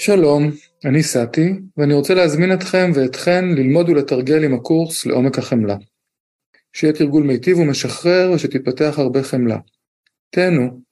שלום, אני סאטי, ואני רוצה להזמין אתכם ואתכן ללמוד ולתרגל עם הקורס לעומק החמלה. שיהיה תרגול מיטיב ומשחרר ושתתפתח הרבה חמלה. תהנו.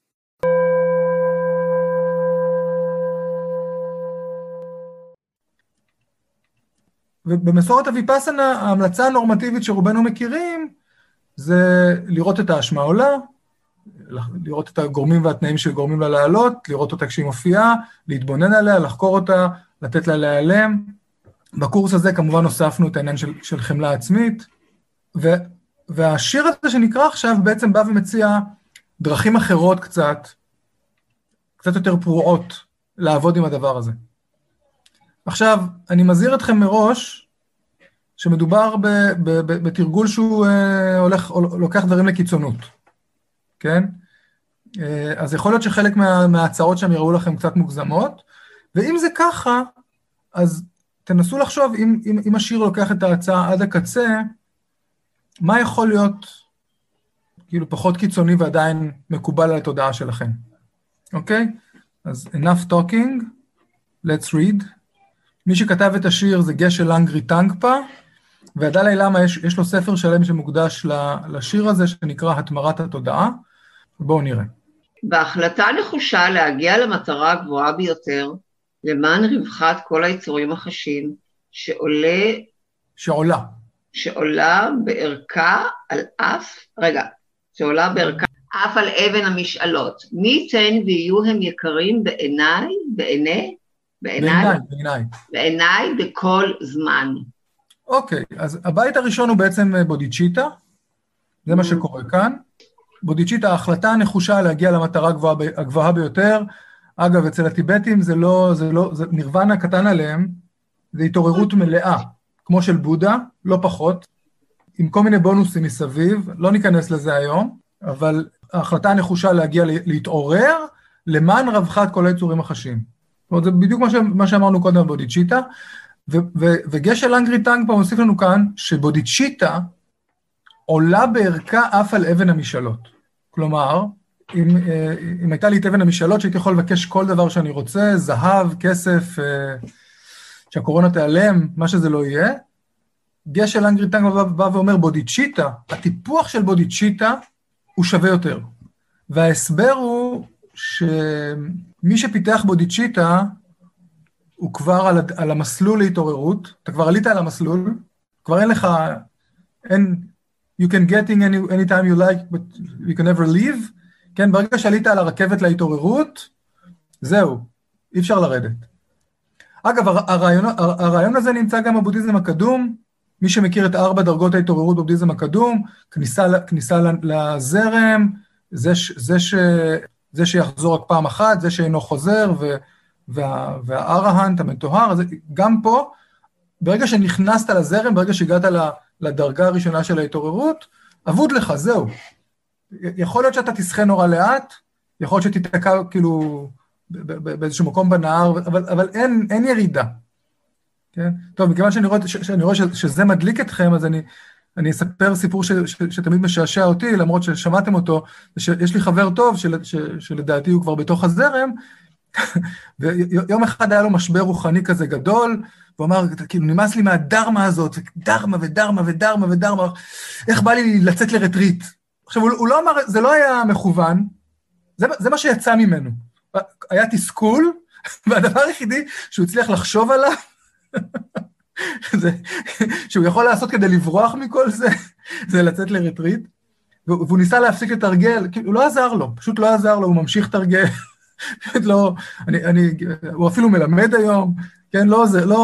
ובמסורת הוויפאסנה, ההמלצה הנורמטיבית שרובנו מכירים, זה לראות את האשמה עולה, לראות את הגורמים והתנאים שגורמים לה לעלות, לראות אותה כשהיא מופיעה, להתבונן עליה, לחקור אותה, לתת לה להיעלם. בקורס הזה כמובן הוספנו את העניין של חמלה עצמית, והשיר הזה שנקרא עכשיו בעצם בא ומציע דרכים אחרות קצת יותר פרועות לעבוד עם הדבר הזה. עכשיו, אני מזהיר אתכם מראש שמדובר בתרגול שהוא לוקח דברים לקיצונות, כן? אז יכול להיות שחלק מההצעות שם יראו לכם קצת מוגזמות, ואם זה ככה, אז תנסו לחשוב, אם השיר לוקח את ההצעה עד הקצה, מה יכול להיות כאילו פחות קיצוני ועדיין מקובל על התודעה שלכם, אוקיי? אז enough talking, let's read. מי שכתב את השיר זה גשל לנגרי טנגפה, והדלי למה יש לו ספר שלם שמוקדש לשיר הזה, שנקרא התמרת התודעה. בואו נראה. בהחלטה נחושה להגיע למטרה הגבוהה ביותר, למען רווחת כל היצורים החשים, שעולה בערכה על אבן המשאלות. מי ייתן ויהיו הם יקרים בעיניי בכל זמן. אוקיי, אז הבית הראשון הוא בעצם בודיצ'יטה, זה מה שקורה כאן. בודיצ'יטה, ההחלטה הנחושה להגיע למטרה הגבוהה ביותר. אגב, אצל הטיבטים זה נירוונה קטן עליהם, זה התעוררות מלאה, כמו של בודה, לא פחות, עם כל מיני בונוסים מסביב, לא ניכנס לזה היום, אבל ההחלטה הנחושה להגיע להתעורר, למען רווחת כל היצורים החשים. זאת אומרת, זה בדיוק מה שאמרנו קודם בבודיצ'יטה, וגשל לנגרי טנגפה מוסיף לנו כאן, שבודיצ'יטה עולה בערכה אף על אבן המשאלות. כלומר, אם הייתה לי את אבן המשאלות, שהייתי יכול לבקש כל דבר שאני רוצה, זהב, כסף, שהקורונה תיעלם, מה שזה לא יהיה, גשל לנגרי טנגפה בא ואומר, בודיצ'יטה, הטיפוח של בודיצ'יטה הוא שווה יותר. וההסבר הוא שמי שפיתח בודיצ'יטה, הוא כבר על המסלול להתעוררות, אתה כבר עלית על המסלול, כבר אין לך, you can get in anytime you like, but you can never leave, כן, ברגע שעלית על הרכבת להתעוררות, זהו, אי אפשר לרדת. אגב, הרעיון הזה נמצא גם בבודהיזם הקדום, מי שמכיר את 4 דרגות ההתעוררות בבודהיזם הקדום, כניסה לזרם, זה שיחזור רק פעם אחת, זה שאינו חוזר, והארהנט, המטוהר, גם פה, ברגע שנכנסת לזרם, ברגע שהגעת לדרגה הראשונה של ההתעוררות, עבוד לך, זהו. יכול להיות שאתה תשחה נורא לאט, יכול להיות שתתקע כאילו באיזשהו מקום בנהר, אבל אין ירידה. כן? טוב, מכיוון שאני רואה שזה מדליק אתכם, אז אני אספר סיפור שתמיד משעשע אותי, למרות ששמעתם אותו, יש לי חבר טוב שלדעתי הוא כבר בתוך הזרם, ויום אחד היה לו משבר רוחני כזה גדול, והוא אמר, כאילו, נמאס לי מהדרמה הזאת, דרמה, איך בא לי לצאת לרטריט? עכשיו, הוא לא אמר, זה לא היה מכוון, זה מה שיצא ממנו. היה תסכול, והדבר היחידי שהוא הצליח לחשוב עליו, שהוא יכול לעשות כדי לברוח מכל זה, זה לצאת לרטריט, והוא ניסה להפסיק לתרגל, הוא לא עזר לו, פשוט לא עזר לו, הוא ממשיך תרגל, הוא אפילו מלמד היום, כן, לא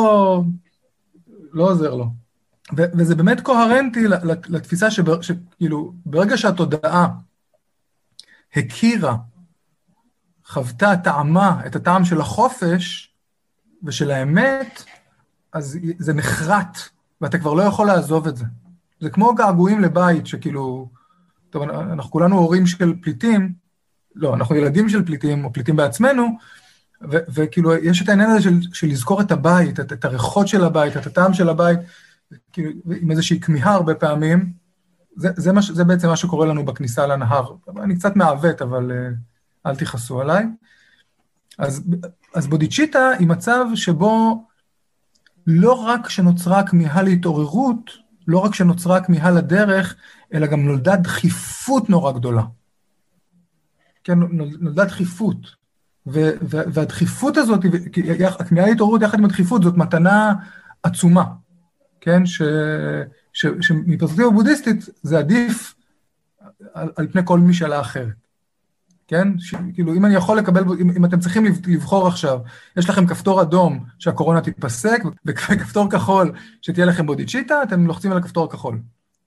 עוזר לו. וזה באמת קוהרנטי לתפיסה שכאילו, ברגע שהתודעה הכירה, חוותה, טעמה את הטעם של החופש ושל האמת, אז זה נחרט, ואתה כבר לא יכול לעזוב את זה. זה כמו געגועים לבית, שכאילו, טוב, אנחנו כולנו הורים של פליטים, לא, אנחנו ילדים של פליטים, או פליטים בעצמנו, וכאילו, יש את העניין הזה של לזכור את הבית, את הריחות של הבית, את הטעם של הבית, כאילו, עם איזושהי כמיהה הרבה פעמים, זה בעצם מה שקורה לנו בכניסה לנהר. אני קצת מעוות, אבל אל תיחסו עליי. אז בודיצ'יטה היא מצב שבו לא רק שנוצרה כמיהה להתעוררות, לא רק שנוצרה כמיהה לדרך, אלא גם נולדה דחיפות נורא גדולה. כן, נולדה דחיפות. והדחיפות הזאת, הכמיהה להתעוררות יחד עם הדחיפות, זאת מתנה עצומה. כן, שמפרספקטיבה בודהיסטית זה עדיף על פני כל משאלה אחרת. כן? כאילו, אם אני יכול לקבל, אם אתם צריכים לבחור עכשיו, יש לכם כפתור אדום שהקורונה תתפסק, וכפתור כחול שתהיה לכם בודיצ'יטה, אתם לוחצים על הכפתור הכחול.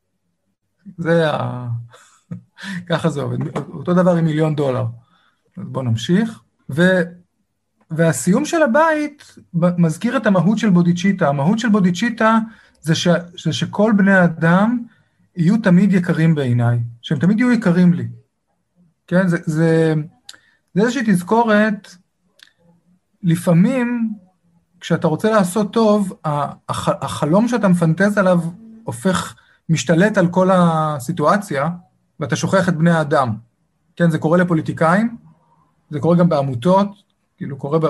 ככה זה עובד. אותו דבר עם $1,000,000. אז בואו נמשיך. והסיום של הבית מזכיר את המהות של בודיצ'יטה. המהות של בודיצ'יטה זה שכל בני האדם יהיו תמיד יקרים בעיניי, שהם תמיד יהיו יקרים לי. כן, זה איזושהי תזכורת, לפעמים כשאתה רוצה לעשות טוב, החלום שאתה מפנטז עליו משתלט על כל הסיטואציה, ואתה שוכח את בני האדם. כן, זה קורה לפוליטיקאים, זה קורה גם בעמותות, כאילו קורה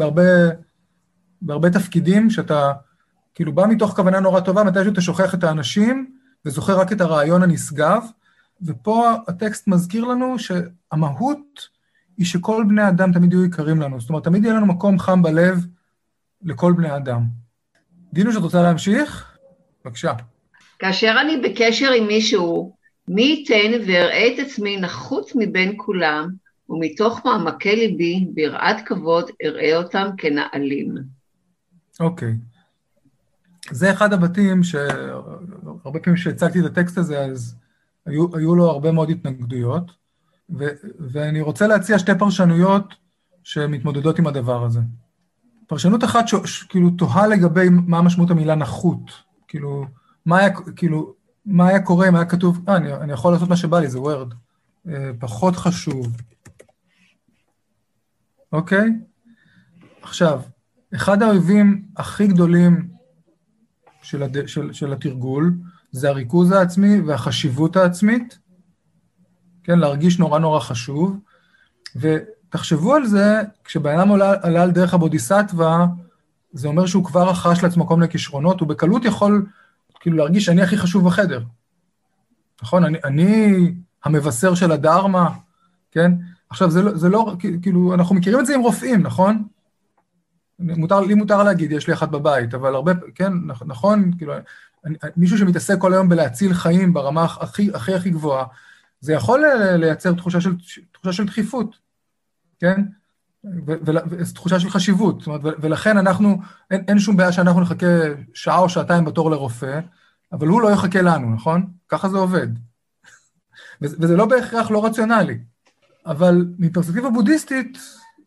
בהרבה תפקידים, שאתה כאילו בא מתוך כוונה נורא טובה, מתישהו אתה שוכח את האנשים, וזוכר רק את הרעיון הנשגב, ופה הטקסט מזכיר לנו שהמהות היא שכל בני האדם תמיד יהיו יקרים לנו, זאת אומרת, תמיד יהיה לנו מקום חם בלב לכל בני האדם. דינו, שאת רוצה להמשיך? בבקשה. כאשר אני בקשר עם מישהו, מי ייתן ואראה את עצמי נחוץ מבין כולם, ומתוך מעמקי ליבי, ביראת כבוד, אראה אותם כנעלים. אוקיי. זה אחד הבתים שהרבה פעמים שהצגתי את הטקסט הזה, אז היו לו הרבה מאוד התנגדויות, ואני רוצה להציע שתי פרשנויות שמתמודדות עם הדבר הזה. פרשנות אחת כאילו תוהה לגבי מה משמעות המילה נחות, כאילו מה היה קורה אם היה כתוב, אני יכול לעשות מה שבא לי, זה וורד, פחות חשוב. אוקיי? עכשיו, אחד האויבים הכי גדולים של התרגול, זה הריכוז העצמי והחשיבות העצמית, כן, להרגיש נורא נורא חשוב, ותחשבו על זה, כשבאדם עלה על דרך הבודיסטווה, זה אומר שהוא כבר רכש לעצמו כל מיני כישרונות, הוא בקלות יכול כאילו להרגיש שאני הכי חשוב בחדר. נכון? אני המבשר של הדרמה, כן? עכשיו, זה לא, כאילו, אנחנו מכירים את זה עם רופאים, נכון? לי מותר להגיד, יש לי אחת בבית, אבל הרבה, כן, נכון, כאילו, מישהו שמתעסק כל היום בלהציל חיים ברמה הכי גבוהה, זה יכול לייצר תחושה של דחיפות, כן? ותחושה של חשיבות, זאת אומרת, ולכן אין שום בעיה שאנחנו נחכה שעה או שעתיים בתור לרופא, אבל הוא לא יחכה לנו, נכון? ככה זה עובד. וזה לא בהכרח לא רציונלי, אבל מפרספקטיבה בודהיסטית,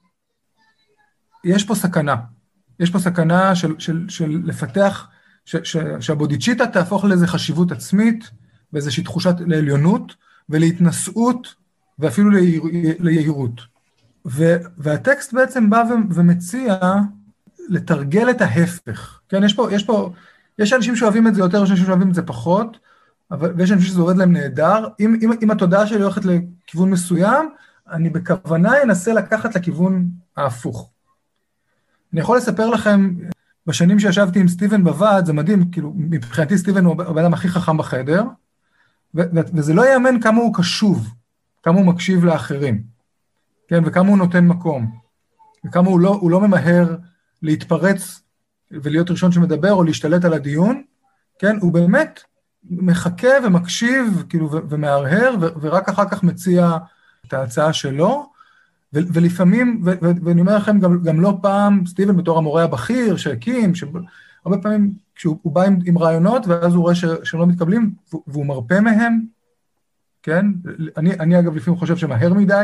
יש פה סכנה. יש פה סכנה של לפתח, שהבודיצ'יטה תהפוך לאיזו חשיבות עצמית, ואיזושהי תחושת לעליונות, ולהתנשאות, ואפילו ליהירות. והטקסט בעצם בא ומציע לתרגל את ההפך. כן, יש אנשים שאוהבים את זה יותר, יש אנשים שאוהבים את זה פחות, ויש אנשים שזה עובד להם נהדר. אם התודעה שלי הולכת לכיוון מסוים, אני בכוונה אנסה לקחת לכיוון ההפוך. אני יכול לספר לכם, בשנים שישבתי עם סטיבן בוועד, זה מדהים, כאילו, מבחינתי סטיבן הוא הבן הכי חכם בחדר, וזה לא יאמן כמה הוא קשוב, כמה הוא מקשיב לאחרים, כן, וכמה הוא נותן מקום, וכמה הוא לא ממהר להתפרץ ולהיות ראשון שמדבר, או להשתלט על הדיון, כן, הוא באמת מחכה ומקשיב, כאילו, ומהרהר, ורק אחר כך מציע את ההצעה שלו, ולפעמים, ואני אומר לכם, גם לא פעם, סטיבן בתור המורה הבכיר שהקים, הרבה פעמים כשהוא בא עם רעיונות, ואז הוא רואה שהם לא מתקבלים, והוא מרפא מהם, כן? אני אגב לפעמים חושב שמהר מדי,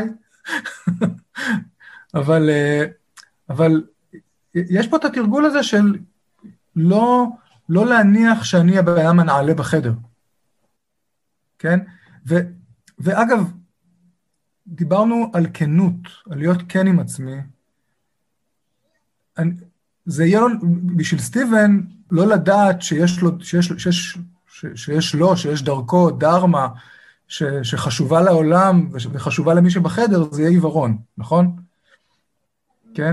אבל יש פה את התרגול הזה של לא להניח שאני הבעיה הנעלה בחדר, כן? ואגב, דיברנו על כנות, על להיות כן עם עצמי. זה יהיה לו, בשביל סטיבן, לא לדעת שיש דרכו, דרמה, שחשובה לעולם וחשובה למי שבחדר, זה יהיה עיוורון, נכון? כן?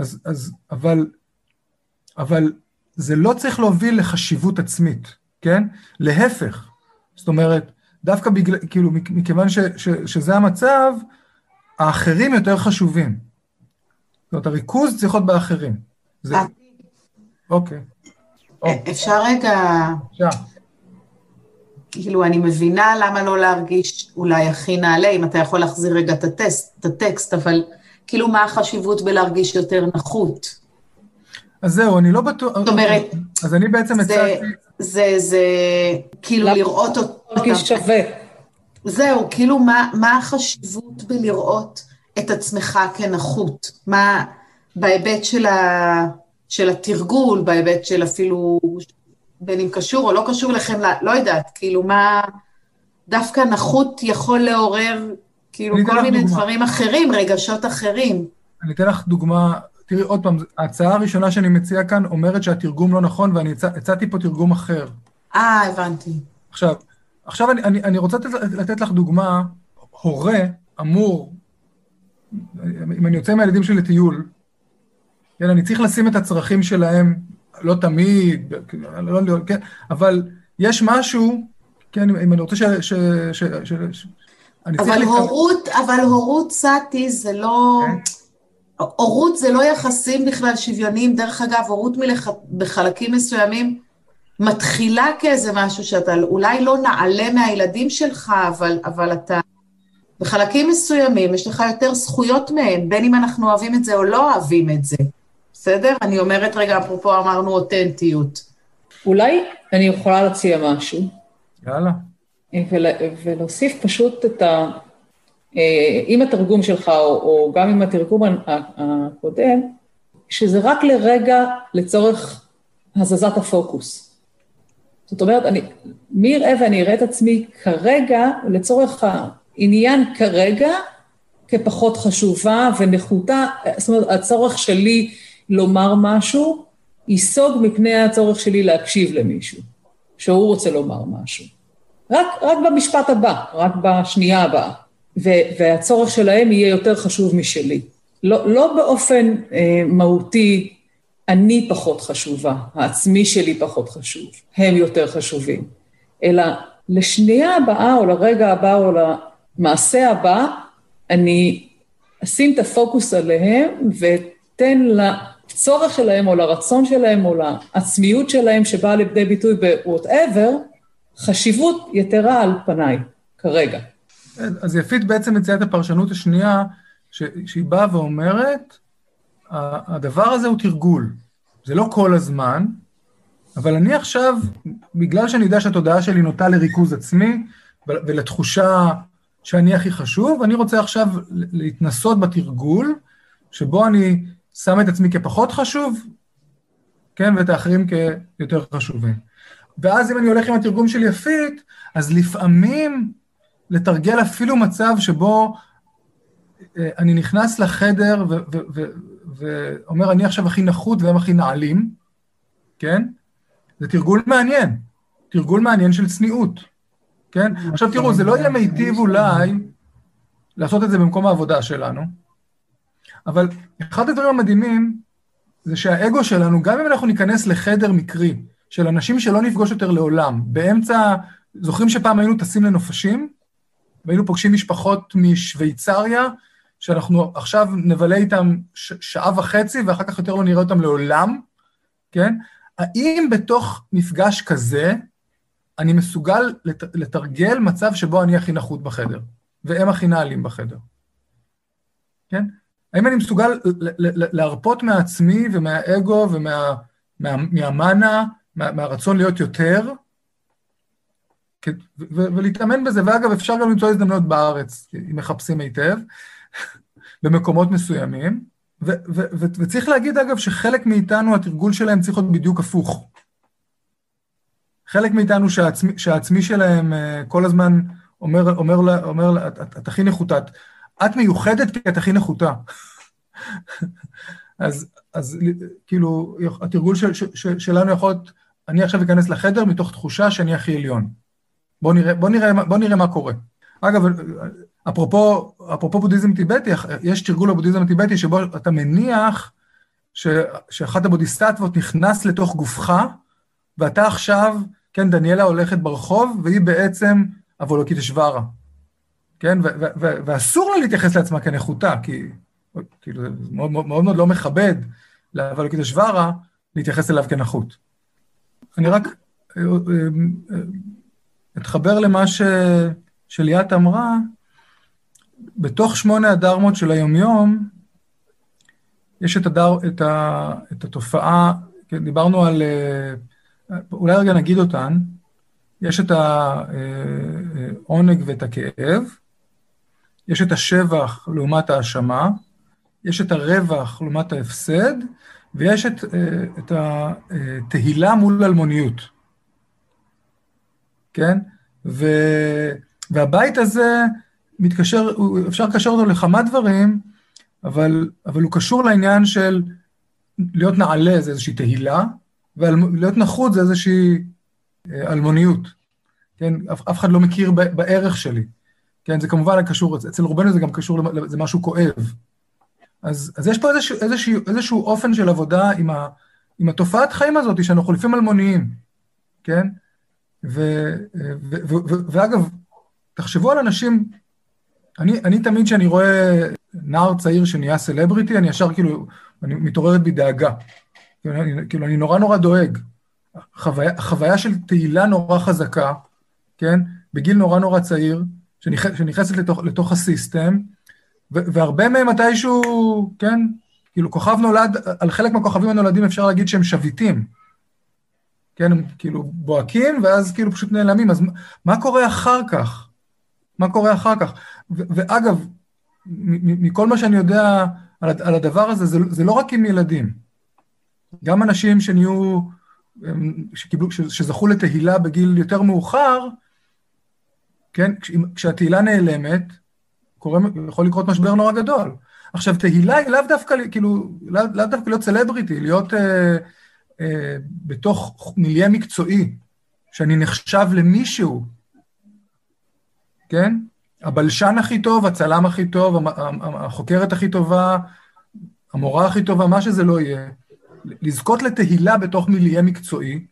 אבל זה לא צריך להוביל לחשיבות עצמית, כן? להפך. זאת אומרת, דווקא בגלל, כאילו, מכיוון שזה המצב, האחרים יותר חשובים. זאת אומרת, הריכוז צריך להיות באחרים. אוקיי. אפשר רגע... אפשר. כאילו, אני מבינה למה לא להרגיש אולי הכי נעלה, אם אתה יכול להחזיר רגע את הטקסט, אבל כאילו, מה החשיבות בלהרגיש יותר נחות? אז זהו, אני לא בטוח... זאת אומרת... אז אני בעצם הצעתי... זה כאילו לראות אותו... להרגיש שווה. זהו, כאילו, מה החשיבות בלראות את עצמך כנחות? מה בהיבט של התרגול, בהיבט של אפילו... בין אם קשור או לא קשור לכם, לא יודעת, כאילו מה, דווקא נחות יכול לעורר, כאילו כל מיני דברים אחרים, רגשות אחרים. אני אתן לך דוגמה, תראי עוד פעם, ההצעה הראשונה שאני מציעה כאן אומרת שהתרגום לא נכון, ואני הצעתי פה תרגום אחר. הבנתי. עכשיו אני רוצה לתת לך דוגמה, הורה אמור, אם אני יוצא מהילדים שלי לטיול, אני צריך לשים את הצרכים שלהם, לא תמיד, כן, אבל יש משהו, כן, אם אני רוצה אבל הורות סאטי זה לא, הורות זה לא יחסים בכלל שוויוניים, דרך אגב, הורות בחלקים מסוימים, מתחילה כאיזה משהו שאתה אולי לא נעלה מהילדים שלך, אבל אתה, בחלקים מסוימים יש לך יותר זכויות מהם, בין אם אנחנו אוהבים את זה או לא אוהבים את זה. בסדר? אני אומרת רגע, אפרופו אמרנו אותנטיות. אולי אני יכולה להציע משהו. יאללה. ולהוסיף פשוט את עם התרגום שלך, או גם עם התרגום הקודם, שזה רק לרגע לצורך הזזת הפוקוס. זאת אומרת, מי יראה ואני אראה את עצמי כרגע, לצורך העניין כרגע, כפחות חשובה ונחותה, זאת אומרת, הצורך שלי לומר משהו, ייסוג מפני הצורך שלי להקשיב למישהו, שהוא רוצה לומר משהו. רק במשפט הבא, רק בשנייה הבאה, והצורך שלהם יהיה יותר חשוב משלי. לא באופן מהותי, אני פחות חשובה, העצמי שלי פחות חשוב, הם יותר חשובים, אלא לשנייה הבאה, או לרגע הבא, או למעשה הבא, אני אשים את הפוקוס עליהם, ותן לצורך שלהם, או לרצון שלהם, או לעצמיות שלהם, שבאה לידי ביטוי ב-whatever, חשיבות יתרה על פניי, כרגע. אז יפית בעצם מציעה את הפרשנות השנייה, שהיא באה ואומרת, הדבר הזה הוא תרגול. זה לא כל הזמן, אבל אני עכשיו, בגלל שאני יודע שהתודעה שלי נוטה לריכוז עצמי, ולתחושה שאני הכי חשוב, אני רוצה עכשיו להתנסות בתרגול, שבו אני שם את עצמי כפחות חשוב, כן, ואת האחרים כיותר חשובים. ואז אם אני הולך עם התרגום של יפית, אז לפעמים לתרגל אפילו מצב שבו אני נכנס לחדר ואומר, אני עכשיו הכי נחות והם הכי נעלים, כן? זה תרגול מעניין של צניעות, כן? עכשיו תראו, זה לא יהיה מיטיב אולי לעשות את זה במקום העבודה שלנו, אבל אחד הדברים המדהימים זה שהאגו שלנו, גם אם אנחנו ניכנס לחדר מקרי, של אנשים שלא נפגוש יותר לעולם, באמצע, זוכרים שפעם היינו טסים לנופשים, והיינו פוגשים משפחות משוויצריה, שאנחנו עכשיו נבלה איתם שעה וחצי, ואחר כך יותר לא נראה אותם לעולם, כן? האם בתוך מפגש כזה, אני מסוגל לתרגל מצב שבו אני הכי נחות בחדר, והם הכי נעלים בחדר? כן? האם אני מסוגל להרפות מעצמי ומהאגו ומהמנה, מהרצון להיות יותר, ולהתאמן בזה, ואגב אפשר גם למצוא הזדמנות בארץ, אם מחפשים היטב, במקומות מסוימים, וצריך להגיד אגב שחלק מאיתנו התרגול שלהם צריך להיות בדיוק הפוך. חלק מאיתנו שהעצמי שלהם כל הזמן אומר לה, את הכי נחותה, את מיוחדת כי את הכי נחותה. אז כאילו התרגול שלנו יכול להיות, אני עכשיו אכנס לחדר מתוך תחושה שאני הכי עליון. בוא נראה מה קורה. אגב, אפרופו בודהיזם טיבטי, יש תרגול לבודהיזם הטיבטי שבו אתה מניח שאחת הבודיסטטבות נכנס לתוך גופך, ואתה עכשיו, כן, דניאלה הולכת ברחוב, והיא בעצם אבולוקיטשוורה. כן, ואסור לה להתייחס לעצמה כנחותה, כי כאילו, זה מאוד מאוד לא מכבד לאבולוקיטשוורה להתייחס אליו כנחות. אני רק אתחבר למה שליאת אמרה, בתוך 8 הדרמות של היומיום, יש את התופעה, כן, דיברנו על, אולי רגע נגיד אותן, יש את העונג ואת הכאב, יש את השבח לעומת האשמה, יש את הרווח לעומת ההפסד, ויש את התהילה מול אלמוניות. כן? והבית הזה מתקשר, אפשר לקשר אותו לכמה דברים, אבל הוא קשור לעניין של להיות נעלה זה איזושהי תהילה, ולהיות נחות זה איזושהי אלמוניות. כן? אף אחד לא מכיר בערך שלי. כן? זה כמובן קשור, אצל רובנו זה גם קשור, זה משהו כואב. אז יש פה איזשהו אופן של עבודה עם התופעת חיים הזאת, שאנחנו חולפים אלמוניים. כן? ואגב, תחשבו על אנשים, אני תמיד שאני רואה נער צעיר שנהיה סלבריטי, אני ישר כאילו, אני מתעוררת בדאגה. כאילו, אני נורא דואג. חוויה של תהילה נורא חזקה, כן? בגיל נורא צעיר, שנכנסת לתוך הסיסטם, והרבה מהם מתישהו, כן? כאילו, כוכב נולד, על חלק מהכוכבים הנולדים אפשר להגיד שהם שביטים. כן, הם כאילו בועקים, ואז כאילו פשוט נעלמים. אז מה קורה אחר כך? מה קורה אחר כך? ואגב, מכל מה שאני יודע על הדבר הזה, זה לא רק עם ילדים. גם אנשים שנהיו, שזכו לתהילה בגיל יותר מאוחר, כן, כשהתהילה נעלמת, יכול לקרות משבר נורא גדול. עכשיו, תהילה היא לאו דווקא, כאילו, לאו דווקא להיות סלבריטי, להיות בתוך מיליה מקצועי, שאני נחשב למישהו, כן? הבלשן הכי טוב, הצלם הכי טוב, החוקרת הכי טובה, המורה הכי טובה, מה שזה לא יהיה, לזכות לתהילה בתוך מיליה מקצועי,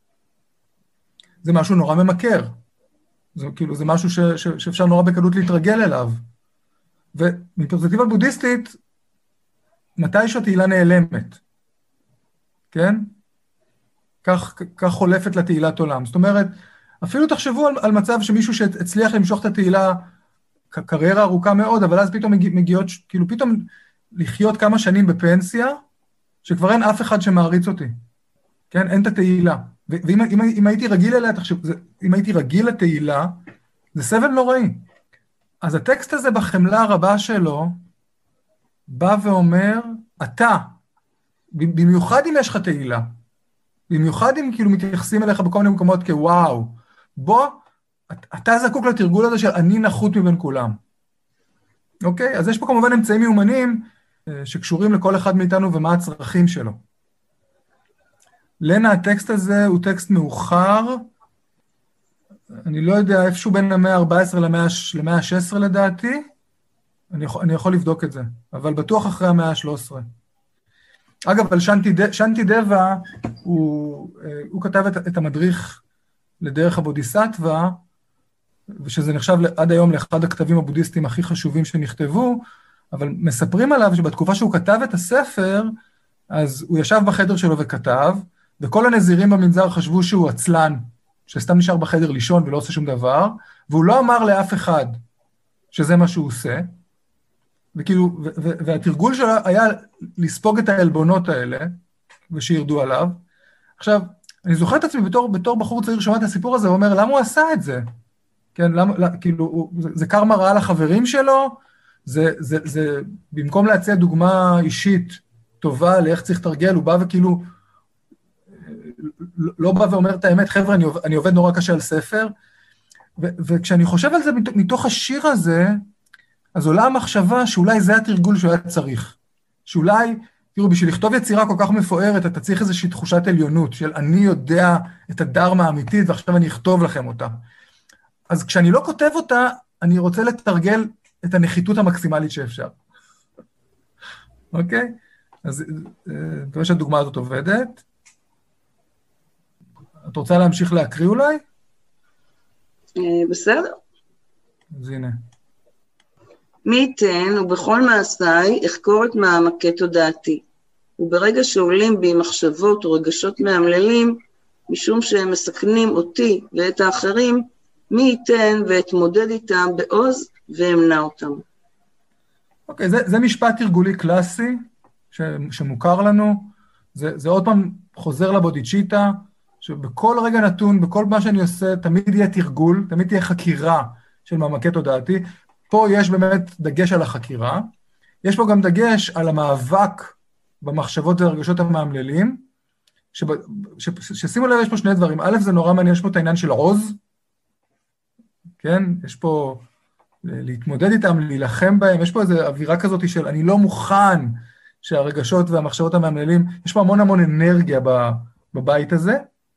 זה משהו נורא ממכר. זה משהו שאפשר נורא בקלות להתרגל אליו. ומפרספקטיבה בודהיסטית, מתי שהתהילה נעלמת, כן? כך חולפת לתהילת עולם. זאת אומרת, אפילו תחשבו על מצב שמישהו שהצליח למשוך את התהילה, קריירה ארוכה מאוד, אבל אז פתאום מגיעות, כאילו פתאום לחיות כמה שנים בפנסיה, שכבר אין אף אחד שמעריץ אותי. כן? אין את התהילה. ואם הייתי רגיל אליה, אם הייתי רגיל לתהילה, זה סבל נוראי. אז הטקסט הזה בחמלה הרבה שלו, בא ואומר, אתה, במיוחד אם יש לך תהילה, במיוחד אם כאילו מתייחסים אליך בכל מיני מקומות כוואו, בוא, אתה זקוק לתרגול הזה של אני נחות מבין כולם. אוקיי? אז יש פה כמובן אמצעים מיומנים שקשורים לכל אחד מאיתנו ומה הצרכים שלו. לנה, הטקסט הזה הוא טקסט מאוחר, אני לא יודע, איפשהו בין המאה ה-14 למאה ה-16 לדעתי, אני יכול לבדוק את זה, אבל בטוח אחרי המאה ה-13. אגב, על שנטי דווה, הוא כתב את המדריך לדרך הבודיסטווה, ושזה נחשב עד היום לאחד הכתבים הבודהיסטיים הכי חשובים שנכתבו, אבל מספרים עליו שבתקופה שהוא כתב את הספר, אז הוא ישב בחדר שלו וכתב, וכל הנזירים במנזר חשבו שהוא עצלן, שסתם נשאר בחדר לישון ולא עושה שום דבר, והוא לא אמר לאף אחד שזה מה שהוא עושה, וכאילו, והתרגול שלו היה לספוג את העלבונות האלה, ושירדו עליו. עכשיו, אני זוכר את עצמי בתור בחור צעיר שומע את הסיפור הזה, ואומר, למה הוא עשה את זה? כן, כאילו, זה קרמה רעה לחברים שלו, זה במקום להציע דוגמה אישית טובה לאיך צריך תרגל, הוא בא וכאילו, לא בא ואומר את האמת, חבר'ה, אני עובד נורא קשה על ספר, וכשאני חושב על זה מתוך השיר הזה, אז עולה המחשבה שאולי זה התרגול שהוא היה צריך. שאולי, תראו, בשביל לכתוב יצירה כל כך מפוארת, אתה צריך איזושהי תחושת עליונות, של אני יודע את הדרמה האמיתית, ועכשיו אני אכתוב לכם אותה. אז כשאני לא כותב אותה, אני רוצה לתרגל את הנחיתות המקסימלית שאפשר. אוקיי? אז אני מקווה שהדוגמה הזאת עובדת. את רוצה להמשיך להקריא אולי? בסדר. אז הנה. מי ייתן ובכל מעשיי אחקור את מעמקי תודעתי, וברגע שעולים בי מחשבות או רגשות מאמללים, משום שהם מסכנים אותי ואת האחרים, מי ייתן ואתמודד איתם בעוז ואמנע אותם. אוקיי, זה משפט תרגולי קלאסי שמוכר לנו. זה עוד פעם חוזר לבודיצ'יטה, שבכל רגע נתון, בכל מה שאני עושה, תמיד יהיה תרגול, תמיד תהיה חקירה של מעמקי תודעתי. פה יש באמת דגש על החקירה, יש פה גם דגש על המאבק במחשבות והרגשות המאמללים, ששימו לב, יש פה שני דברים. א', זה נורא מעניין, יש פה את העניין של עוז, כן? יש פה להתמודד איתם, להילחם בהם, יש פה איזו אווירה כזאת של אני לא מוכן שהרגשות והמחשבות המאמללים, יש פה המון המון אנרגיה בבית הזה,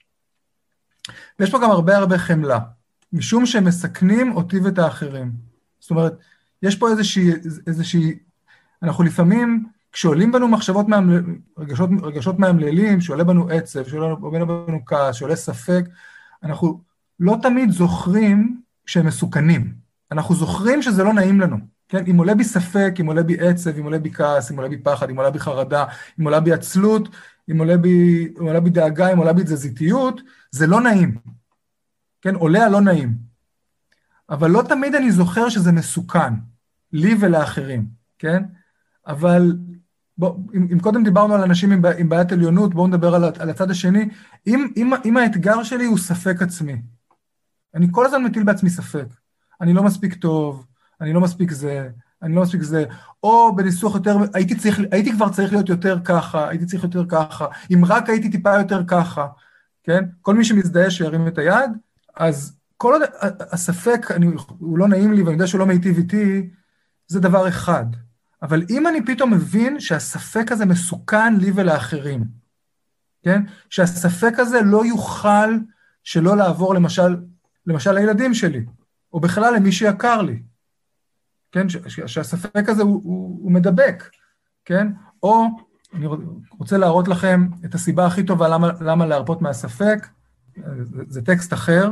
ויש פה גם הרבה חמלה, משום שהם מסכנים אותי ואת האחרים. זאת אומרת, יש פה איזושהי, אנחנו לפעמים, כשעולים בנו מחשבות, רגשות מאמללים, שעולה בנו עצב, שעולה בנו כעס, שעולה ספק, אנחנו לא תמיד זוכרים שהם מסוכנים. אנחנו זוכרים שזה לא נעים לנו. כן? אם עולה בי ספק, אם עולה בי עצב, אם עולה בי כעס, אם עולה בי פחד, אם עולה בי חרדה, אם עולה בי עצלות, אם עולה בי דאגה, אם עולה בי תזזיתיות, זה לא נעים. כן? עולה הלא נעים. אבל לא תמיד אני זוכר שזה מסוכן, לי ולאחרים. כן? אבל אם קודם דיברנו על אנשים עם בעיית עליונות, בואו נדבר על הצד השני. אם האתגר שלי הוא ספק עצמי, אני כל הזמן מטיל בעצמי ספק. אני לא מספיק טוב, אני לא מספיק זה, או בניסוח יותר, הייתי כבר צריך להיות יותר ככה, הייתי צריך יותר ככה, אם רק הייתי טיפה יותר ככה, כן? כל מי שמזדהה שירים את היד, אז כל עוד הספק, הוא לא נעים לי, ואני יודע שהוא לא מיטיב איתי, זה דבר אחד. אבל אם אני פתאום מבין שהספק הזה מסוכן לי ולאחרים, כן? שהספק הזה לא יוכל שלא לעבור למשל לילדים שלי, או בכלל למי שיקר לי, כן? שהספק הזה הוא מדבק, כן? או אני רוצה להראות לכם את הסיבה הכי טובה למה להרפות מהספק, זה טקסט אחר,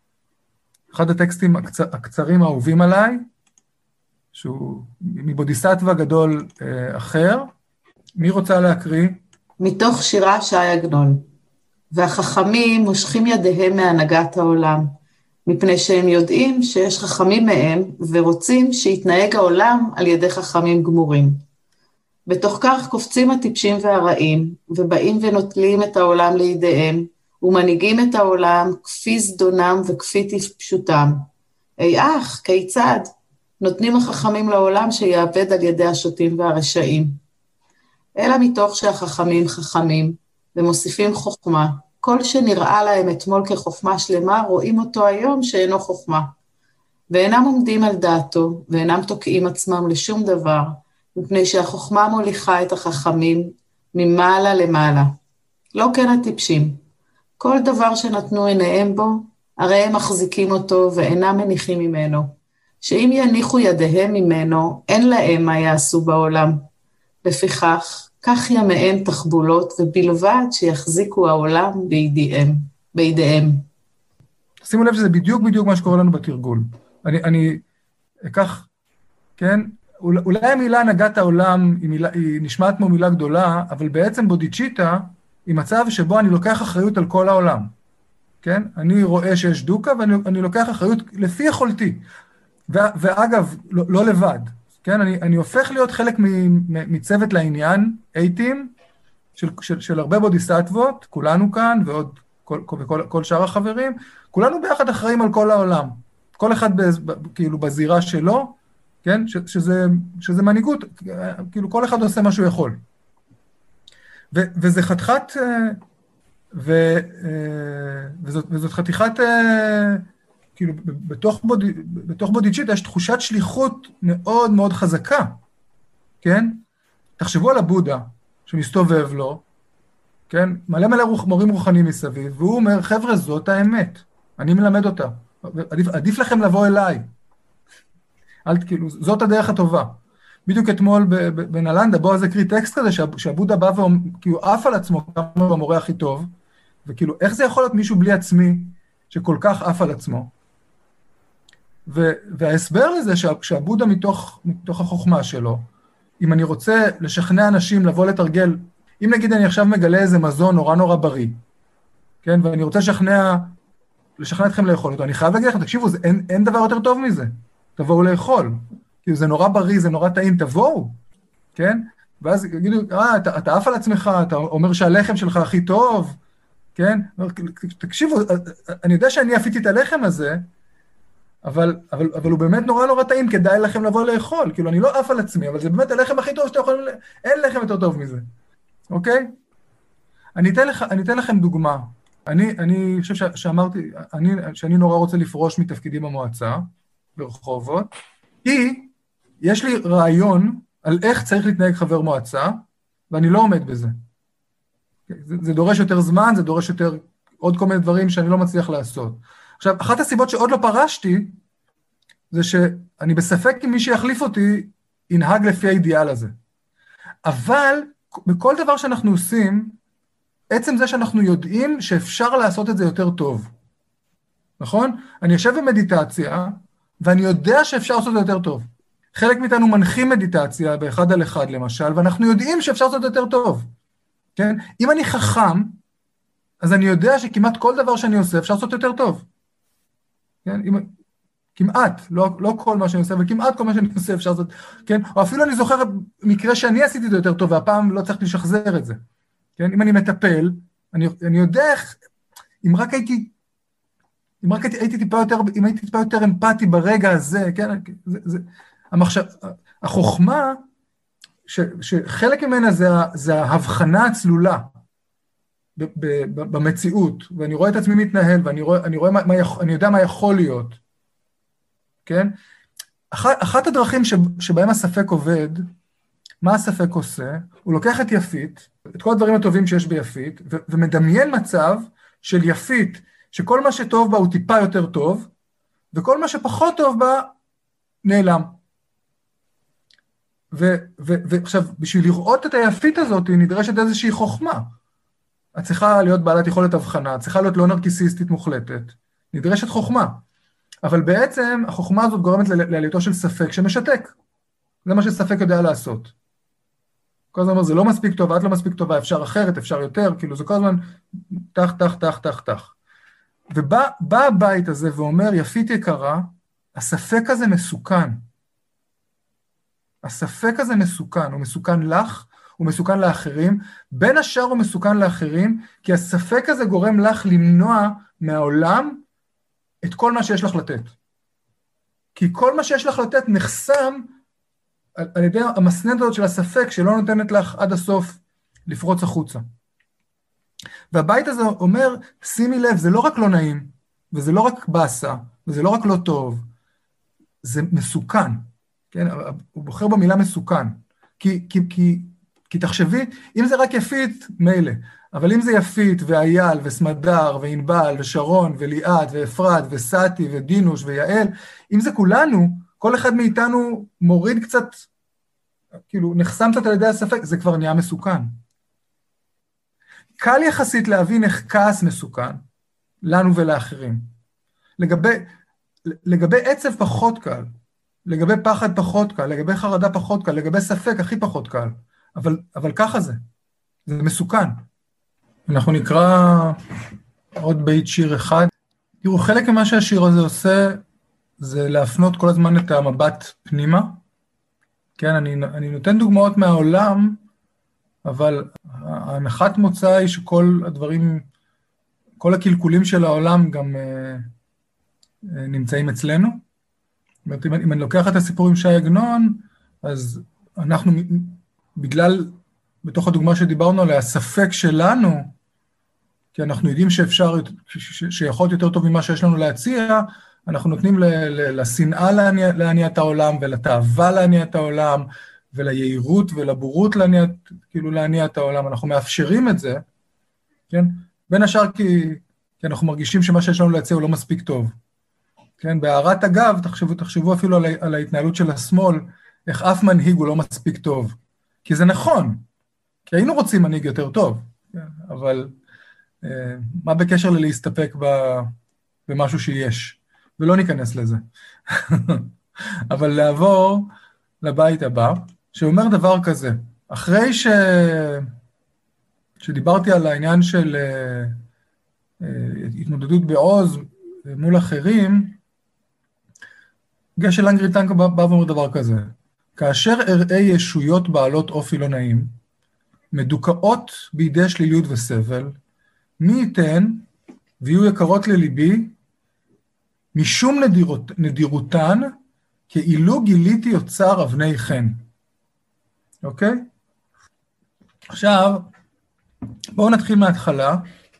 אחד הטקסטים הקצרים האהובים עליי, שהוא מבודיסטווה גדול אחר. מי רוצה להקריא? מתוך שירה ש"י עגנון. והחכמים מושכים ידיהם מהנהגת העולם, מפני שהם יודעים שיש חכמים מהם, ורוצים שיתנהג העולם על ידי חכמים גמורים. בתוך כך קופצים הטיפשים והרעים, ובאים ונוטלים את העולם לידיהם, ומנהיגים את העולם כפי זדונם וכפי טיפשותם. אך, כיצד? נותנים החכמים לעולם שיעבד על ידי השוטים והרשעים. אלא מתוך שהחכמים חכמים, ומוסיפים חוכמה, כל שנראה להם אתמול כחוכמה שלמה, רואים אותו היום שאינו חוכמה. ואינם עומדים על דעתו, ואינם תוקעים עצמם לשום דבר, מפני שהחוכמה מוליכה את החכמים ממעלה למעלה. לא כן הטיפשים. כל דבר שנתנו עיניהם בו, הרי הם מחזיקים אותו ואינם מניחים ממנו. שאם יניחו ידיהם ממנו, אין להם מה יעשו בעולם. לפיכך, כך ימיהם תחבולות, ובלבד שיחזיקו העולם בידיהם. שימו לב שזה בדיוק מה שקורה לנו בתרגול. אני אקח, כן, אולי המילה הנהגת העולם היא נשמעת כמו מילה גדולה, אבל בעצם בודיצ'יטה היא מצב שבו אני לוקח אחריות על כל העולם. כן? אני רואה שיש דוקה ואני לוקח אחריות לפי יכולתי. ואגב, לא לבד. כן? אני הופך להיות חלק מצוות לעניין, אייטים, של הרבה בודיסטוות, כולנו כאן ועוד כל שאר החברים, כולנו ביחד אחראים על כל העולם. כל אחד כאילו בזירה שלו, כן? שזה מנהיגות, כאילו כל אחד עושה מה שהוא יכול. וזה חתיכת, וזאת חתיכת, כאילו בתוך בודיצ'יטה יש תחושת שליחות מאוד מאוד חזקה, כן? תחשבו על הבודה שמסתובב לו, כן? מלא מורים רוחניים מסביב, והוא אומר, חבר'ה, זאת האמת, אני מלמד אותה, עדיף לכם לבוא אליי, כאילו, זאת הדרך הטובה. בדיוק אתמול בנלנדה, בוא אז הקריא טקסט כזה, שהבודה בא וכאילו עף על עצמו, כמה הוא המורה הכי טוב, וכאילו, איך זה יכול להיות מישהו בלי עצמי, שכל כך עף על עצמו? וההסבר לזה שהבודה מתוך החוכמה שלו, אם אני רוצה לשכנע אנשים לבוא לתרגל, אם נגיד אני עכשיו מגלה איזה מזון נורא בריא, כן, ואני רוצה לשכנע אתכם לאכול אותו, אני חייב להגיד לכם, תקשיבו, אין דבר יותר טוב מזה, תבואו לאכול, כאילו זה נורא בריא, זה נורא טעים, תבואו, כן, ואז יגידו, אתה עף על עצמך, אתה אומר שהלחם שלך הכי טוב, כן, תקשיבו, אני יודע שאני אפיתי את הלחם הזה, אבל הוא באמת נורא טעים, כדאי לכם לבוא לאכול, כאילו אני לא עף על עצמי, אבל זה באמת הלחם הכי טוב שאתה יכול, אין לחם יותר טוב מזה, אוקיי? אני אתן לכם דוגמה, אני חושב שאמרתי, שאני נורא רוצה לפרוש מתפקידים במועצה, ברחובות, כי יש לי רעיון על איך צריך להתנהג חבר מועצה, ואני לא עומד בזה. זה דורש יותר זמן, זה דורש יותר עוד כל מיני דברים שאני לא מצליח לעשות. עכשיו, אחת הסיבות שעוד לא פרשתי, זה שאני בספק אם מי שיחליף אותי ינהג לפי האידיאל הזה. אבל בכל דבר שאנחנו עושים, עצם זה שאנחנו יודעים שאפשר לעשות את זה יותר טוב. נכון? אני יושב במדיטציה, ואני יודע שאפשר לעשות את זה יותר טוב. חלק מאיתנו מנחים מדיטציה באחד על אחד למשל, ואנחנו יודעים שאפשר לעשות את זה יותר טוב. כן? אם אני חכם, אז אני יודע שכמעט כל דבר שאני עושה אפשר לעשות יותר טוב. כן? כמעט, לא כל מה שאני עושה, אבל כמעט כל מה שאני עושה אפשר לעשות, כן? או אפילו אני זוכר מקרה שאני עשיתי את זה יותר טוב, והפעם לא צריך לשחזר את זה. כן? אם אני מטפל, אני יודע איך, אם הייתי טיפה יותר אמפתי ברגע הזה, כן? החוכמה, שחלק ממנה זה ההבחנה הצלולה במציאות, ואני רואה את עצמי מתנהל, ואני יודע מה יכול להיות, כן? אחת הדרכים שבהם הספק עובד, מה הספק עושה? הוא לוקח את יפית, את כל הדברים הטובים שיש ביפית, ומדמיין מצב של יפית, שכל מה שטוב בה הוא טיפה יותר טוב, וכל מה שפחות טוב בה נעלם. ועכשיו, בשביל לראות את היפית הזאת, נדרשת איזושהי חוכמה. את צריכה להיות בעלת יכולת הבחנה, את צריכה להיות לא נרקיסיסטית מוחלטת, נדרשת חוכמה. אבל בעצם החוכמה הזאת גורמת לעלייתו של ספק שמשתק. זה מה שספק יודע לעשות. כל הזמן אומר, זה לא מספיק טוב, את לא מספיק טובה, אפשר אחרת, אפשר יותר, כאילו זה כל הזמן תח. ובא הבית הזה ואומר, יפית יקרה, הספק הזה מסוכן. הספק הזה מסוכן, הוא מסוכן לך, הוא מסוכן לאחרים, בין השאר הוא מסוכן לאחרים, כי הספק הזה גורם לך למנוע מהעולם את כל מה שיש לך לתת. כי כל מה שיש לך לתת נחסם על ידי המסננת הזאת של הספק, שלא נותנת לך עד הסוף לפרוץ החוצה. והבית הזה אומר, שימי לב, זה לא רק לא נעים, וזה לא רק בסה, וזה לא רק לא טוב, זה מסוכן. כן? הוא בוחר במילה מסוכן. כי תחשבי, אם זה רק יפית, מילא. אבל אם זה יפית, ואייל, וסמדר, וענבל, ושרון, וליעד, ואפרת, וסתי, ודינוש, ויעל, אם זה כולנו, כל אחד מאיתנו מוריד קצת, כאילו נחסם קצת על ידי הספק, זה כבר נהיה מסוכן. קל יחסית להבין איך כעס מסוכן, לנו ולאחרים. לגבי עצב פחות קל, לגבי פחד פחות קל, לגבי חרדה פחות קל, לגבי ספק הכי פחות קל, אבל ככה זה מסוכן. אנחנו נקרא עוד בית שיר אחד. תראו, חלק ממה שהשיר הזה עושה, זה להפנות כל הזמן את המבט פנימה. כן, אני נותן דוגמאות מהעולם, אבל ההנחת מוצא היא שכל הדברים, כל הקלקולים של העולם גם נמצאים אצלנו. זאת אומרת, אם אני לוקח את הסיפור עם שי עגנון, אז אנחנו, בגלל, בתוך הדוגמה שדיברנו עליה, הספק שלנו, כי אנחנו יודעים שיכול להיות יותר טוב ממה שיש לנו להציע, אנחנו נותנים לשנאה להניע את העולם, ולתאווה להניע את העולם, וליהירות ולבורות להניע את העולם. אנחנו מאפשרים את זה, כן? בין השאר כי אנחנו מרגישים שמה שיש לנו להציע הוא לא מספיק טוב. כן, בהערת אגב, תחשבו אפילו על ההתנהלות של השמאל, איך אף מנהיג הוא לא מספיק טוב. כי זה נכון, כי היינו רוצים מנהיג יותר טוב, כן, אבל מה בקשר ללהסתפק במשהו שיש? ולא ניכנס לזה. אבל לעבור לבית הבא, שאומר דבר כזה, אחרי שדיברתי על העניין של התמודדות בעוז מול אחרים, גשל לנגריטן בא ואומר דבר כזה, כאשר אראה ישויות בעלות אופי לא נעים, מדוכאות בידי שליליות וסבל, מי ייתן ויהיו יקרות לליבי, משום נדירותן, כאילו גיליתי יוצר אבני חן. אוקיי? עכשיו, בואו נתחיל מההתחלה,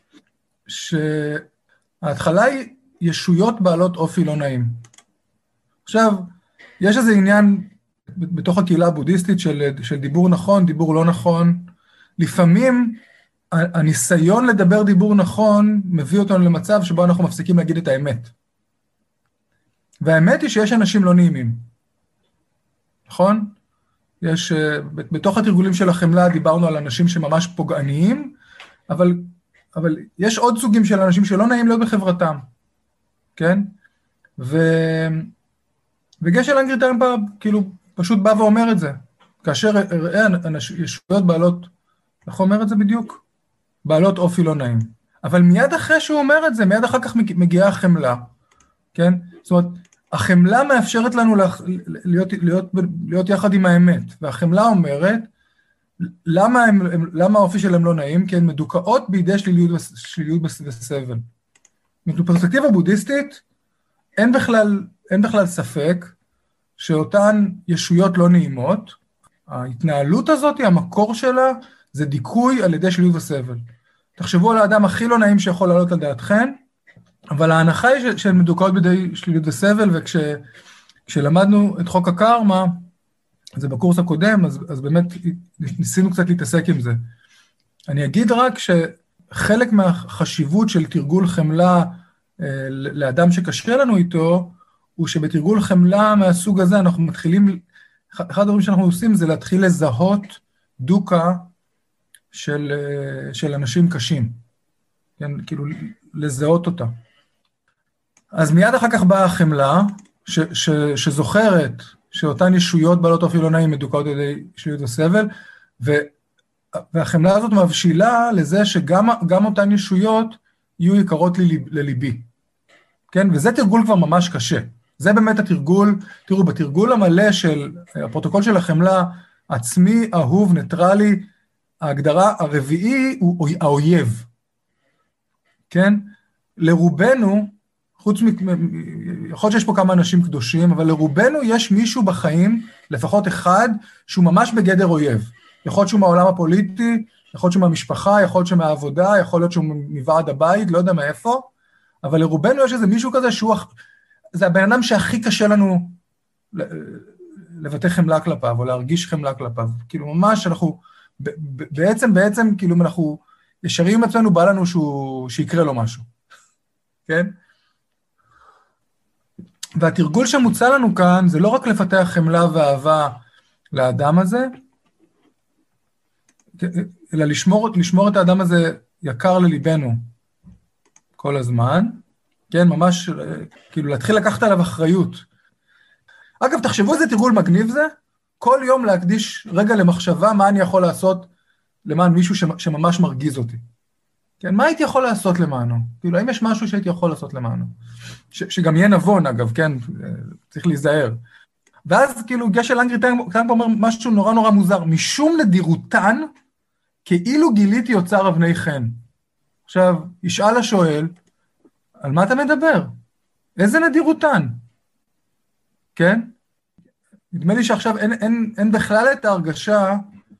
שההתחלה היא ישויות בעלות אופי לא נעים. עכשיו, יש איזה עניין בתוך הקהילה הבודהיסטית של דיבור נכון, דיבור לא נכון. לפעמים הניסיון לדבר דיבור נכון מביא אותנו למצב שבו אנחנו מפסיקים להגיד את האמת. והאמת היא שיש אנשים לא נעימים. נכון? יש, בתוך התרגולים של החמלה דיברנו על אנשים שממש פוגעניים, אבל יש עוד סוגים של אנשים שלא נעים להיות בחברתם. כן? וגשל לנגריטן כאילו פשוט בא ואומר את זה. כאשר הראה ישויות בעלות, איך הוא אומר את זה בדיוק? בעלות אופי לא נעים. אבל מיד אחרי שהוא אומר את זה, מיד אחר כך מגיעה החמלה. כן? זאת אומרת, החמלה מאפשרת לנו להיות יחד עם האמת. והחמלה אומרת, למה האופי שלהם לא נעים? כי הן מדוכאות בידי שליליות וסבל. בפרספקטיבה בודהיסטית, אין בכלל ספק שאותן ישויות לא נעימות, ההתנהלות הזאת, המקור שלה, זה דיכוי על ידי שליליות וסבל. תחשבו על האדם הכי לא נעים שיכול לעלות על דעתכם, אבל ההנחה היא שהן מדוכאות בידי שליליות וסבל, וכשלמדנו את חוק הקרמה, זה בקורס הקודם, אז באמת ניסינו קצת להתעסק עם זה. אני אגיד רק שחלק מהחשיבות של תרגול חמלה לאדם שקשה לנו איתו, הוא שבתרגול חמלה מהסוג הזה אנחנו מתחילים, אחד הדברים שאנחנו עושים זה להתחיל לזהות דוקה של אנשים קשים. כן, כאילו לזהות אותה. אז מיד אחר כך באה החמלה, שזוכרת שאותן ישויות בעלות אופי לא נעים מדוכאות על ידי שליליות וסבל, והחמלה הזאת מבשילה לזה שגם אותן ישויות יהיו יקרות לליבי. כן? וזה תרגול כבר ממש קשה. זה באמת התרגול, תראו, בתרגול המלא של הפרוטוקול של החמלה, עצמי, אהוב, ניטרלי, ההגדרה הרביעי הוא האויב. כן? לרובנו, יכול להיות שיש פה כמה אנשים קדושים, אבל לרובנו יש מישהו בחיים, לפחות אחד, שהוא ממש בגדר אויב. יכול להיות שהוא מהעולם הפוליטי, יכול להיות שהוא מהמשפחה, יכול להיות שהוא מהעבודה, יכול להיות שהוא מוועד הבית, לא יודע מאיפה, אבל לרובנו יש איזה מישהו כזה שהוא, זה הבן אדם שהכי קשה לנו לבטא חמלה כלפיו, או להרגיש חמלה כלפיו. כאילו ממש אנחנו, בעצם, כאילו אם אנחנו ישרים עצמנו, בא לנו שיקרה לו משהו. כן? והתרגול שמוצא לנו כאן, זה לא רק לפתח חמלה ואהבה לאדם הזה, אלא לשמור את האדם הזה יקר לליבנו כל הזמן, כן, ממש, כאילו להתחיל לקחת עליו אחריות. אגב, תחשבו איזה תרגול מגניב זה, כל יום להקדיש רגע למחשבה מה אני יכול לעשות למען מישהו שממש מרגיז אותי. כן, מה הייתי יכול לעשות למענו? כאילו, האם יש משהו שהייתי יכול לעשות למענו? שגם יהיה נבון, אגב, כן, צריך להיזהר. ואז כאילו גשל לנגריטן אומר משהו נורא נורא מוזר, משום נדירותן, כאילו גיליתי יוצר אבני חן. עכשיו, ישאל השואל, על מה אתה מדבר? איזה נדירותן? כן? נדמה לי שעכשיו אין בכלל את ההרגשה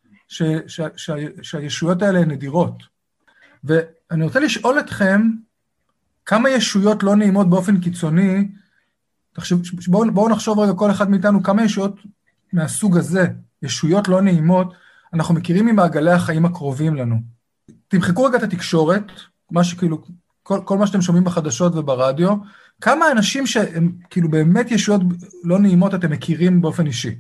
שהישויות האלה הן נדירות. ואני רוצה לשאול אתכם, כמה ישויות לא נעימות באופן קיצוני, בואו נחשוב רגע כל אחד מאיתנו, כמה ישויות מהסוג הזה, ישויות לא נעימות, אנחנו מכירים ממעגלי החיים הקרובים לנו. תמחקו רגע את התקשורת, מה שכאילו, כל מה שאתם שומעים בחדשות וברדיו, כמה אנשים שהם כאילו באמת ישויות לא נעימות אתם מכירים באופן אישי.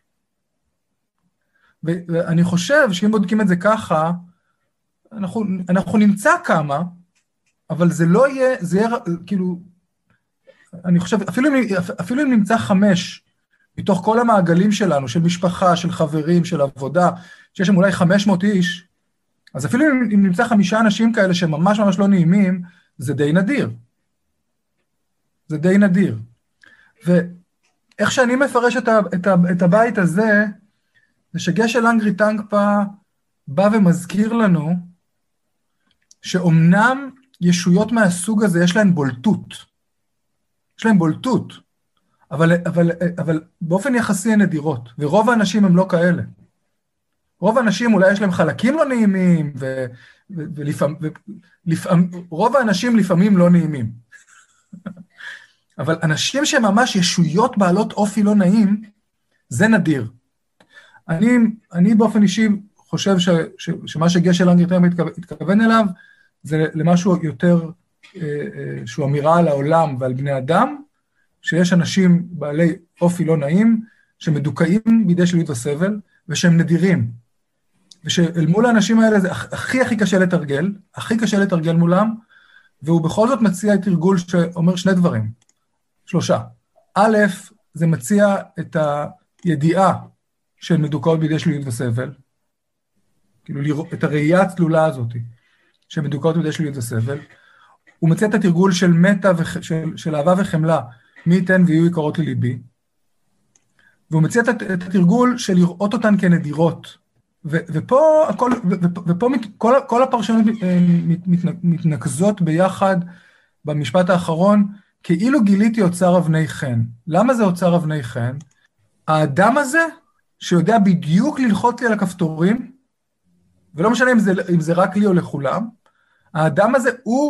ואני חושב שאם בודקים את זה ככה, אנחנו נמצא כמה, אבל זה לא יהיה, זה יהיה כאילו, אני חושב, אפילו אם נמצא 5, מתוך כל המעגלים שלנו, של משפחה, של חברים, של עבודה, שיש שם אולי 500 איש, אז אפילו אם נמצא 5 אנשים כאלה שממש ממש לא נעימים, זה די נדיר. זה די נדיר. ואיך שאני מפרש את הבית הזה, זה שגשל לנגרי טנגפה בא ומזכיר לנו, שאומנם ישויות מהסוג הזה יש להן בולטות. יש להן בולטות, אבל באופן יחסי הן נדירות, ורוב האנשים הם לא כאלה. רוב האנשים אולי יש להם חלקים לא נעימים, רוב האנשים לפעמים לא נעימים. אבל אנשים שממש ישויות בעלות אופי לא נעים, זה נדיר. אני באופן אישי חושב שמה שגשל לנגרי טנגפה התכוון אליו, זה למשהו יותר, שהוא אמירה על העולם ועל בני אדם, שיש אנשים בעלי אופי לא נעים, שמדוכאים בידי שליליות וסבל, ושהם נדירים. ושאל מול האנשים האלה זה הכי קשה לתרגל, הכי קשה לתרגל מולם, והוא בכל זאת מציע תרגול שאומר 2 דברים, 3. א', זה מציע את הידיעה של מדוכאות בידי שליליות וסבל, כאילו את הראייה הצלולה הזאת, שמדוכאות בידי שליליות וסבל, הוא מציע את התרגול של מטה של אהבה וחמלה, מי ייתן ויהיו יקרות לליבי, והוא מציע את התרגול של לראות אותן כנדירות, ופה כל הפרשנות מתנקזות ביחד במשפט האחרון, כאילו גיליתי אוצר אבני חן. למה זה אוצר אבני חן? האדם הזה, שיודע בדיוק ללחוץ לי על הכפתורים, ולא משנה אם זה רק לי או לכולם, האדם הזה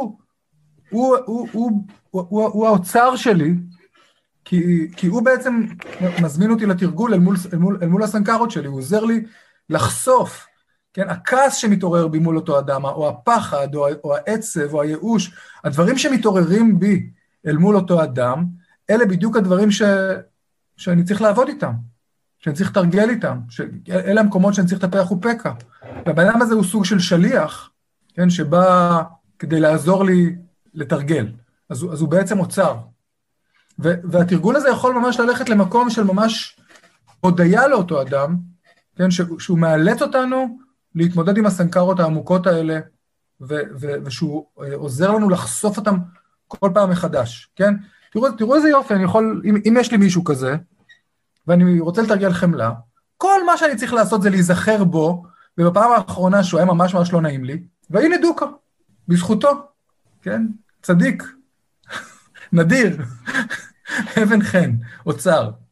הוא האוצר שלי, כי הוא בעצם מזמין אותי לתרגול אל מול הסנקרות שלי, הוא עוזר לי לחשוף, כן, הכעס שמתעורר בי מול אותו אדם, או הפחד, או העצב, או הייאוש, הדברים שמתעוררים בי אל מול אותו אדם, אלה בדיוק הדברים שאני צריך לעבוד איתם, שאני צריך לתרגל איתם, אלה המקומות שאני צריך לטפח ופקע. והבן אדם הזה הוא סוג של שליח, כן, שבא כדי לעזור לי לתרגל, אז הוא בעצם אוצר. והתרגול הזה יכול ממש ללכת למקום של ממש הודיה לאותו אדם, כן, שהוא מאלץ אותנו להתמודד עם הסנקרות העמוקות האלה, ושהוא עוזר לנו לחשוף אותם כל פעם מחדש, כן? תראו איזה יופי, אני יכול, אם יש לי מישהו כזה, ואני רוצה לתרגל חמלה, כל מה שאני צריך לעשות זה להיזכר בו, ובפעם האחרונה שהוא היה ממש ממש לא נעים לי, והנה דוקה, בזכותו, כן? צדיק, נדיר, אבן חן, אוצר.